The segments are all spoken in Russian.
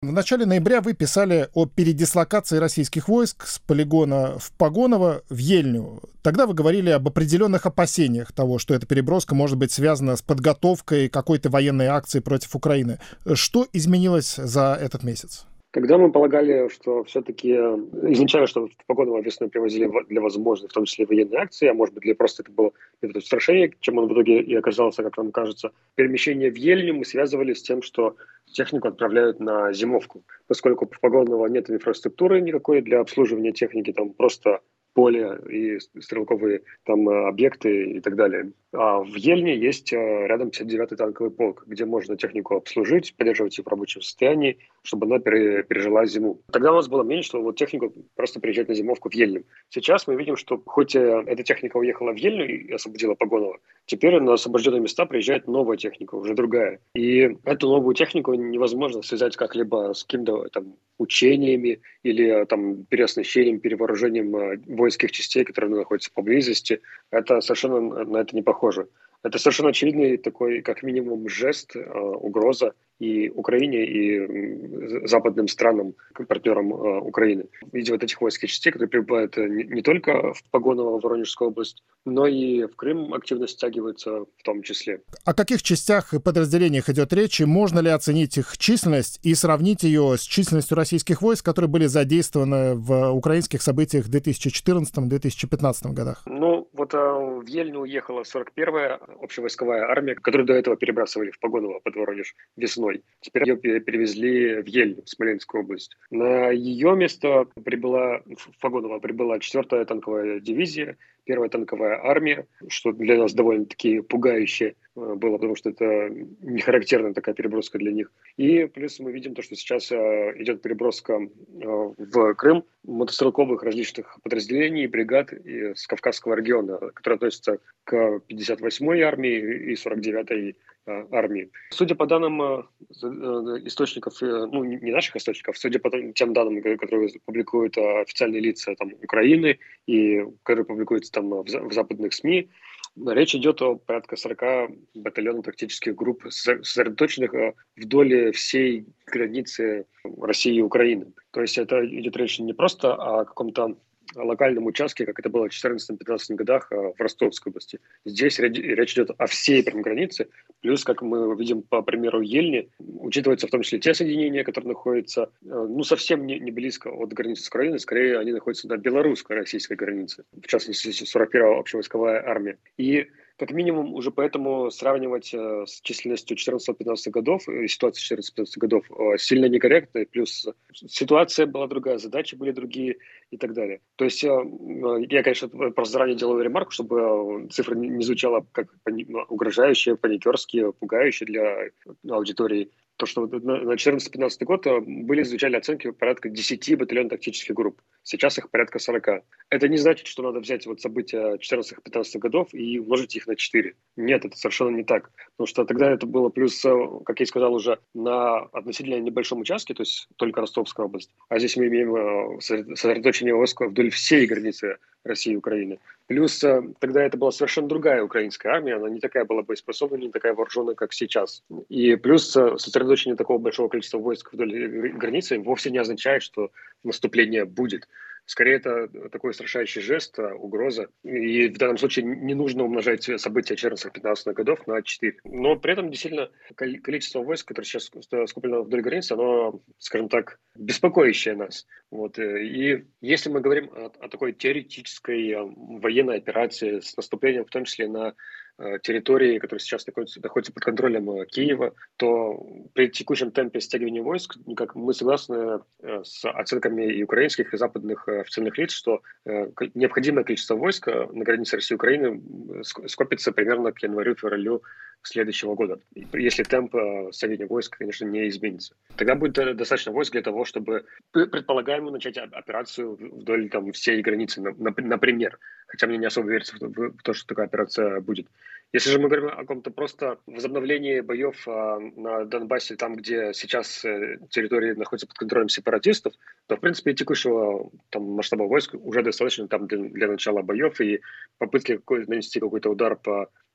В начале ноября вы писали о передислокации российских войск с полигона в Погоново в Ельню. Тогда вы говорили об определенных опасениях того, что эта переброска может быть связана с подготовкой какой-то военной акции против Украины. Что изменилось за этот месяц? Когда мы полагали, что все-таки изначально, что в Погоново весной привозили для возможной, в том числе военной акции, а может быть, для просто это было метод устрашения, чем он в итоге и оказался, как нам кажется, перемещение в Ельню мы связывали с тем, что технику отправляют на зимовку. Поскольку в Погоново нет инфраструктуры никакой для обслуживания техники, там просто поле и стрелковые там объекты и так далее. А в Ельне есть рядом 59-й танковый полк, где можно технику обслужить, поддерживать ее в рабочем состоянии, чтобы она пережила зиму. Тогда у нас было мнение, что вот технику просто приезжать на зимовку в Ельню. Сейчас мы видим, что хоть эта техника уехала в Ельню и освободила Погоново, теперь на освобожденные места приезжает новая техника, уже другая. И эту новую технику невозможно связать как-либо с какими-то там учениями или там переоснащением, перевооружением воинских частей, которые находятся поблизости. Это совершенно на это не похоже. Это совершенно очевидный такой, как минимум, жест, угроза и Украине, и западным странам, партнерам Украины. В виде вот этих воинских частей, которые прибывают не только в Погоново, в Воронежскую область, но и в Крым активно стягиваются в том числе. О каких частях и подразделениях идет речь, и можно ли оценить их численность и сравнить ее с численностью российских войск, которые были задействованы в украинских событиях в 2014-2015 годах? Ну, вот в Ельню уехала 41-я общевойсковая армия, которую до этого перебрасывали в Погоново под Воронеж весной. Теперь ее перевезли в Ельню, в Смоленскую область. На ее место в Погоново прибыла 4-я танковая дивизия, 1-я танковая армия, что для нас довольно-таки пугающе было, потому что это не характерная такая переброска для них. И плюс мы видим то, что сейчас идет переброска в Крым мотострелковых различных подразделений, бригад с Кавказского региона, которые относятся к 58-й армии и 49-й армии. Судя по данным источников, ну не наших источников, судя по тем данным, которые публикуют официальные лица там, Украины и которые публикуются там в западных СМИ, речь идет о порядка 40 батальонов тактических групп, сосредоточенных вдоль всей границы России и Украины. То есть это идет речь не просто о каком-то локальном участке, как это было в 2014-2015 годах в Ростовской области. Здесь речь идет о всей прям границе. Плюс, как мы видим по примеру Ельни, учитываются в том числе те соединения, которые находятся ну, совсем не близко от границы с Украиной, скорее они находятся на белорусско-российской границе, в частности 41-я общевойсковая армия. И как минимум, уже поэтому сравнивать с численностью 14-15 годов и ситуацией 14-15 годов сильно некорректно. Плюс ситуация была другая, задачи были другие и так далее. То есть я, конечно, просто заранее делаю ремарку, чтобы цифра не звучала как угрожающие, паникерские, пугающие для аудитории. То, что на 14-15 год звучали оценки порядка 10 батальонов тактических групп. Сейчас их порядка 40. Это не значит, что надо взять вот события 14-15 годов и умножить их на 4. Нет, это совершенно не так. Потому что тогда это было плюс, как я и сказал, уже на относительно небольшом участке, то есть только Ростовская область. А здесь мы имеем сосредоточение войск вдоль всей границы России и Украины. Плюс тогда это была совершенно другая украинская армия, она не такая была боеспособная, не такая вооруженная, как сейчас. И плюс сосредоточение такого большого количества войск вдоль границы вовсе не означает, что наступление будет. Скорее, это такой страшащий жест, угроза. И в данном случае не нужно умножать события 14-15 годов на 4. Но при этом действительно количество войск, которые сейчас скоплено вдоль границы, оно, скажем так, беспокоящее нас. Вот. И если мы говорим о такой теоретической военной операции с наступлением, в том числе на территории, которые сейчас находятся под контролем Киева, то при текущем темпе стягивания войск, как мы согласны с оценками и украинских, и западных официальных лиц, что необходимое количество войск на границе России и Украины скопится примерно к январю-февралю следующего года, если темп стягивания войск, конечно, не изменится. Тогда будет достаточно войск для того, чтобы предполагаемо начать операцию вдоль там, всей границы, например. Хотя мне не особо верится в то, что такая операция будет. Если же мы говорим о каком-то просто возобновлении боев на Донбассе, там, где сейчас территории находятся под контролем сепаратистов, то, в принципе, текущего там, масштаба войск уже достаточно там, для начала боев и попытки нанести какой-то удар по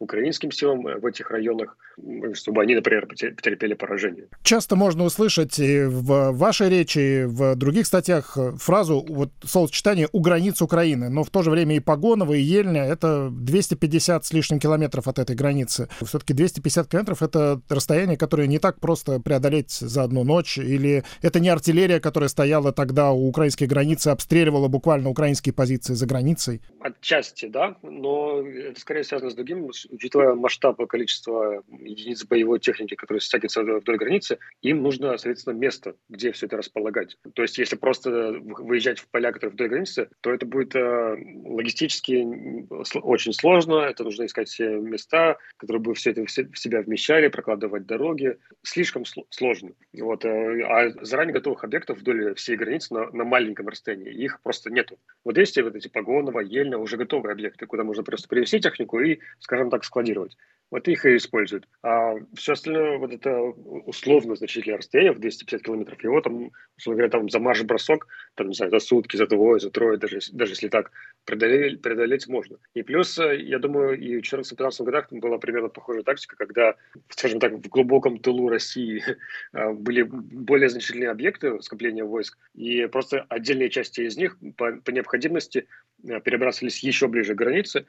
украинским силам в этих районах, чтобы они, например, потерпели поражение. Часто можно услышать и в вашей речи, и в других статьях фразу, вот словосочетание «у границ Украины», но в то же время и Погоново, и Ельня — это 250 с лишним километров от этой границы. Все-таки 250 километров — это расстояние, которое не так просто преодолеть за одну ночь, или это не артиллерия, которая стояла тогда у украинской границы, обстреливала буквально украинские позиции за границей? Отчасти, да, но это скорее связано с другим, учитывая масштаб и количество единиц боевой техники, которые стягиваются вдоль границы, им нужно, соответственно, место, где все это располагать. То есть, если просто выезжать в поля, которые вдоль границы, то это будет логистически очень сложно, это нужно искать все места, которые бы все это в себя вмещали, прокладывать дороги. Слишком сложно. Вот. А заранее готовых объектов вдоль всей границы на маленьком расстоянии, их просто нету. Вот есть вот эти Погоново, Ельня, уже готовые объекты, куда можно просто привезти технику и, скажем так, складировать. Вот их и используют. А все остальное, вот это условно значительное расстояние в 250 километров, его там, условно говоря, там за марш-бросок, там, не знаю, за сутки, за двое, за трое, даже если так, преодолеть можно. И плюс, я думаю, и в 2014-2015 годах была примерно похожая тактика, когда, скажем так, в глубоком тылу России были более значительные объекты скопления войск, и просто отдельные части из них по необходимости перебрасывались еще ближе к границе,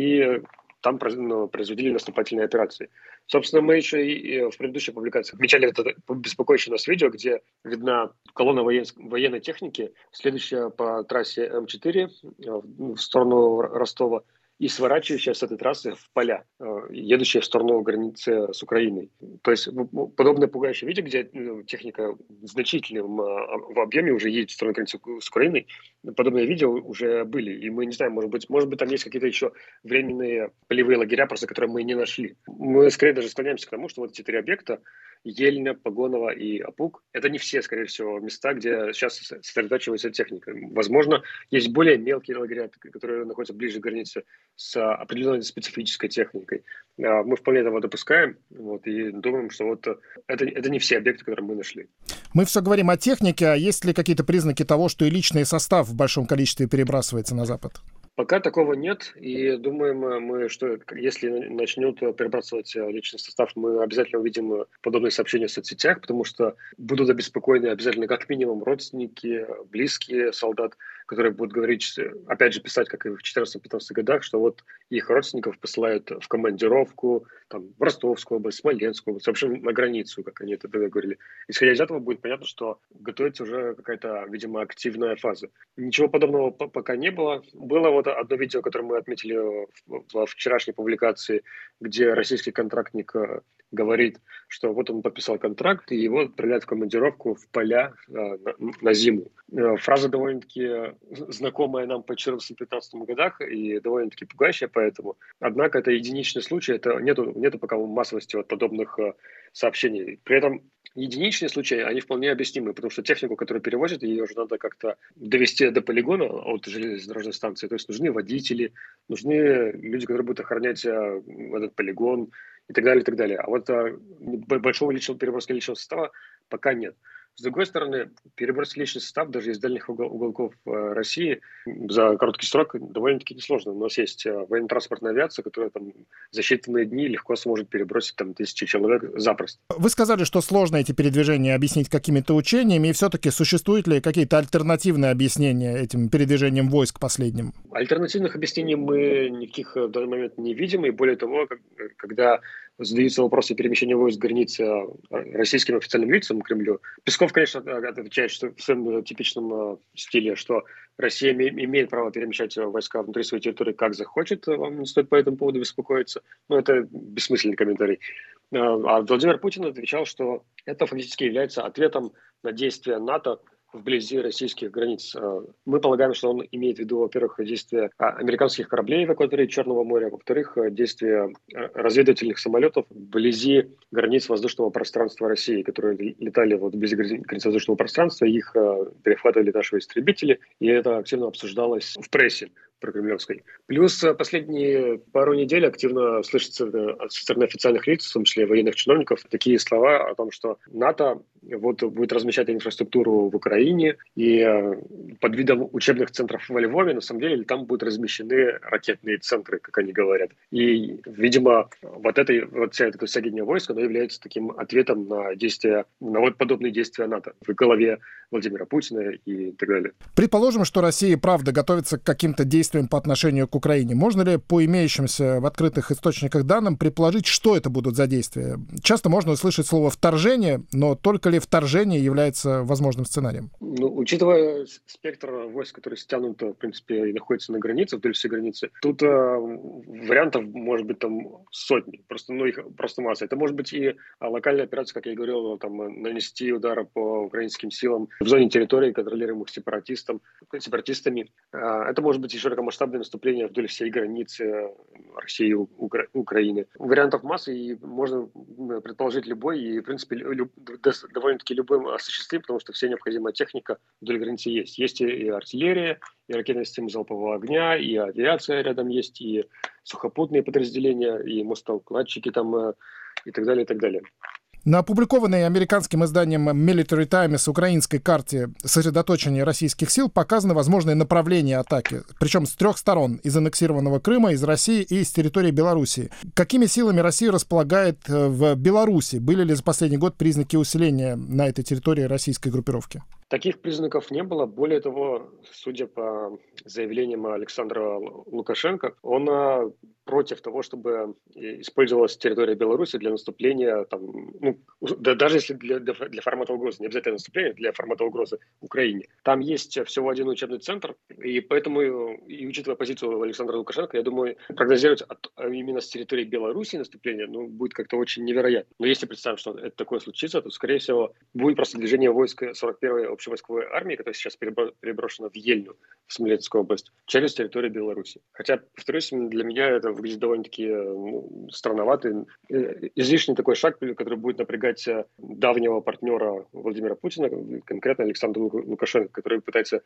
и там производили наступательные операции. Собственно, мы еще и в предыдущей публикации отмечали это беспокоящее нас видео, где видна колонна военной техники, следующая по трассе М4 в сторону Ростова, и сворачивающая с этой трассы в поля, едущая в сторону границы с Украиной. То есть подобное пугающее видео, где техника в значительном в объеме уже едет в сторону границы с Украиной, подобные видео уже были. И мы не знаем, может быть там есть какие-то еще временные полевые лагеря, просто которые мы не нашли. Мы скорее даже склоняемся к тому, что вот эти три объекта, Ельня, Погоново и Апук, это не все, скорее всего, места, где сейчас сосредотачивается техника. Возможно, есть более мелкие лагеря, которые находятся ближе к границе, с определенной специфической техникой. Мы вполне этого допускаем, вот, и думаем, что вот это не все объекты, которые мы нашли. Мы все говорим о технике, а есть ли какие-то признаки того, что и личный состав в большом количестве перебрасывается на Запад? Пока такого нет, и думаем мы, что если начнут перебрасывать личный состав, мы обязательно увидим подобные сообщения в соцсетях, потому что будут обеспокоены обязательно как минимум родственники, близкие солдат, которые будут говорить, опять же писать, как и в 2014-2015 годах, что вот их родственников посылают в командировку, там, в Ростовскую область, Смоленскую область, вообще на границу, как они это тогда говорили. Исходя из этого будет понятно, что готовится уже какая-то, видимо, активная фаза. Ничего подобного пока не было. Было вот одно видео, которое мы отметили во вчерашней публикации, где российский контрактник говорит, что вот он подписал контракт, и его отправляют в командировку в поля на зиму. Фраза довольно-таки знакомая нам по 2014-2015 годах и довольно-таки пугающая поэтому. Однако это единичный случай, это нету пока массовости вот подобных сообщений. При этом единичные случаи, они вполне объяснимы, потому что технику, которую перевозят, ее уже надо как-то довести до полигона от железнодорожной станции. То есть нужны водители, нужны люди, которые будут охранять этот полигон и так далее, и так далее. А вот большого переброски личного состава пока нет. С другой стороны, перебросить личный состав даже из дальних уголков России за короткий срок довольно-таки несложно. У нас есть военно-транспортная авиация, которая там за считанные дни легко сможет перебросить там 1000 человек запросто. Вы сказали, что сложно эти передвижения объяснить какими-то учениями, и все-таки существуют ли какие-то альтернативные объяснения этим передвижениям войск последним? Альтернативных объяснений мы никаких в данный момент не видим, и более того, когда задаются вопросы перемещения войск границы российским официальным лицам к Кремлю, Песков, конечно, отвечает что в своем типичном стиле, что Россия имеет право перемещать войска внутри своей территории как захочет, вам не стоит по этому поводу беспокоиться. Но это бессмысленный комментарий. А Владимир Путин отвечал, что это фактически является ответом на действия НАТО вблизи российских границ. Мы полагаем, что он имеет в виду, во-первых, действия американских кораблей в акватории Черного моря, во-вторых, действия разведывательных самолетов вблизи границ воздушного пространства России, которые летали вот вблизи границ воздушного пространства, их перехватывали наши истребители, и это активно обсуждалось в прессе. прокремлевской. Плюс последние пару недель активно слышится со стороны официальных лиц, в том числе военных чиновников, такие слова о том, что НАТО вот будет размещать инфраструктуру в Украине, и под видом учебных центров во Львове, на самом деле, там будут размещены ракетные центры, как они говорят. И, видимо, вся эта соединение войск, оно является таким ответом на действия, на вот подобные действия НАТО в голове Владимира Путина и так далее. Предположим, что Россия, правда, готовится к каким-то действиям по отношению к Украине. Можно ли по имеющимся в открытых источниках данным предположить, что это будут за действия? Часто можно услышать слово «вторжение», но только ли вторжение является возможным сценарием? Ну, учитывая спектр войск, которые стянуты, в принципе, и находятся на границе, вдоль всей границы, тут вариантов может быть там сотни, их просто масса. Это может быть и локальная операция, как я и говорил, там, нанести удар по украинским силам в зоне территории, контролируемых сепаратистами. Это может быть и широкомасштабное наступление вдоль всей границы России и Украины. Вариантов масса, и можно предположить любой, и, в принципе, довольно-таки любым осуществим, потому что вся необходимая техника вдоль границы есть. Есть и артиллерия, и ракетные системы залпового огня, и авиация рядом есть, и сухопутные подразделения, и мостоукладчики там, и так далее, и так далее. На опубликованной американским изданием Military Times украинской карте сосредоточения российских сил показаны возможные направления атаки, причем с 3 сторон: из аннексированного Крыма, из России и с территории Белоруссии. Какими силами Россия располагает в Беларуси? Были ли за последний год признаки усиления на этой территории российской группировки? Таких признаков не было. Более того, судя по заявлениям Александра Лукашенко, он против того, чтобы использовалась территория Беларуси для наступления, даже если для формата угрозы, не обязательно наступления, для формата угрозы Украине. Там есть всего один учебный центр, и поэтому, и учитывая позицию Александра Лукашенко, я думаю, прогнозировать именно с территории Беларуси наступление будет как-то очень невероятно. Но если представим, что это такое случится, то, скорее всего, будет просто движение войск 41-й общевойсковой армии, которая сейчас переброшена в Ельню, в Смоленскую область, через территорию Беларуси. Хотя, повторюсь, для меня это выглядит довольно-таки странноватый, излишний такой шаг, который будет напрягать давнего партнера Владимира Путина, конкретно Александра Лукашенко, который пытается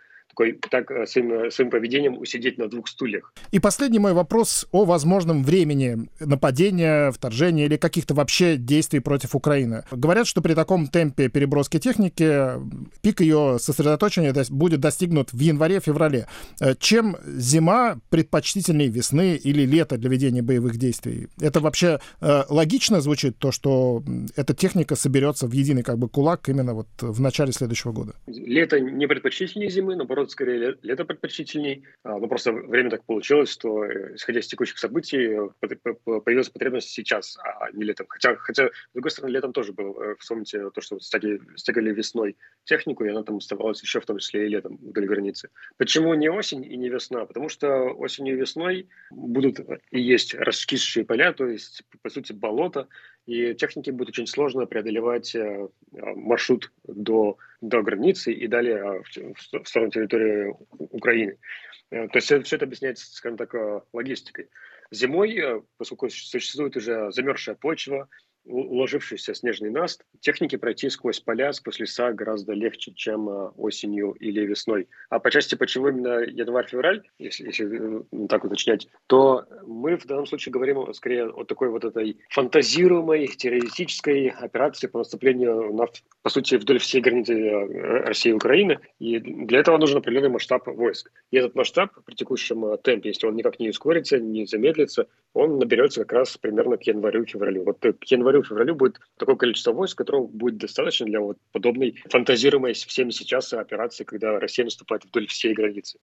своим поведением усидеть на 2 стульях. И последний мой вопрос о возможном времени нападения, вторжения или каких-то вообще действий против Украины. Говорят, что при таком темпе переброски техники пик ее сосредоточения будет достигнут в январе-феврале. Чем зима предпочтительнее весны или лета для ведения боевых действий? Это вообще логично звучит, то, что эта техника соберется в единый кулак именно вот в начале следующего года? Лето не предпочтительнее зимы, наоборот, скорее лето предпочтительней. Но просто время так получилось, что, исходя из текущих событий, появилась потребность сейчас, а не летом. Хотя, с другой стороны, летом тоже было. Вспомните то, что стягивали весной технику, и она там оставалась еще в том числе и летом вдоль границы. Почему не осень и не весна? Потому что осенью и весной будут и есть раскисшие поля, то есть, по сути, болото, и технике будет очень сложно преодолевать маршрут до границы и далее в сторону территории Украины. То есть все это объясняется, скажем так, логистикой. Зимой, поскольку существует уже замерзшая почва, уложившийся снежный наст, технике пройти сквозь поля, сквозь леса гораздо легче, чем осенью или весной. А по части, почему именно январь-февраль, если так уточнять, то мы в данном случае говорим скорее о такой вот этой фантазируемой террористической операции по наступлению по сути, вдоль всей границы России и Украины. И для этого нужен определенный масштаб войск. И этот масштаб при текущем темпе, если он никак не ускорится, не замедлится, он наберется как раз примерно к январю-февралю. Вот к январю-февралю будет такое количество войск, которого будет достаточно для подобной фантазируемой всеми сейчас операции, когда Россия наступает вдоль всей границы.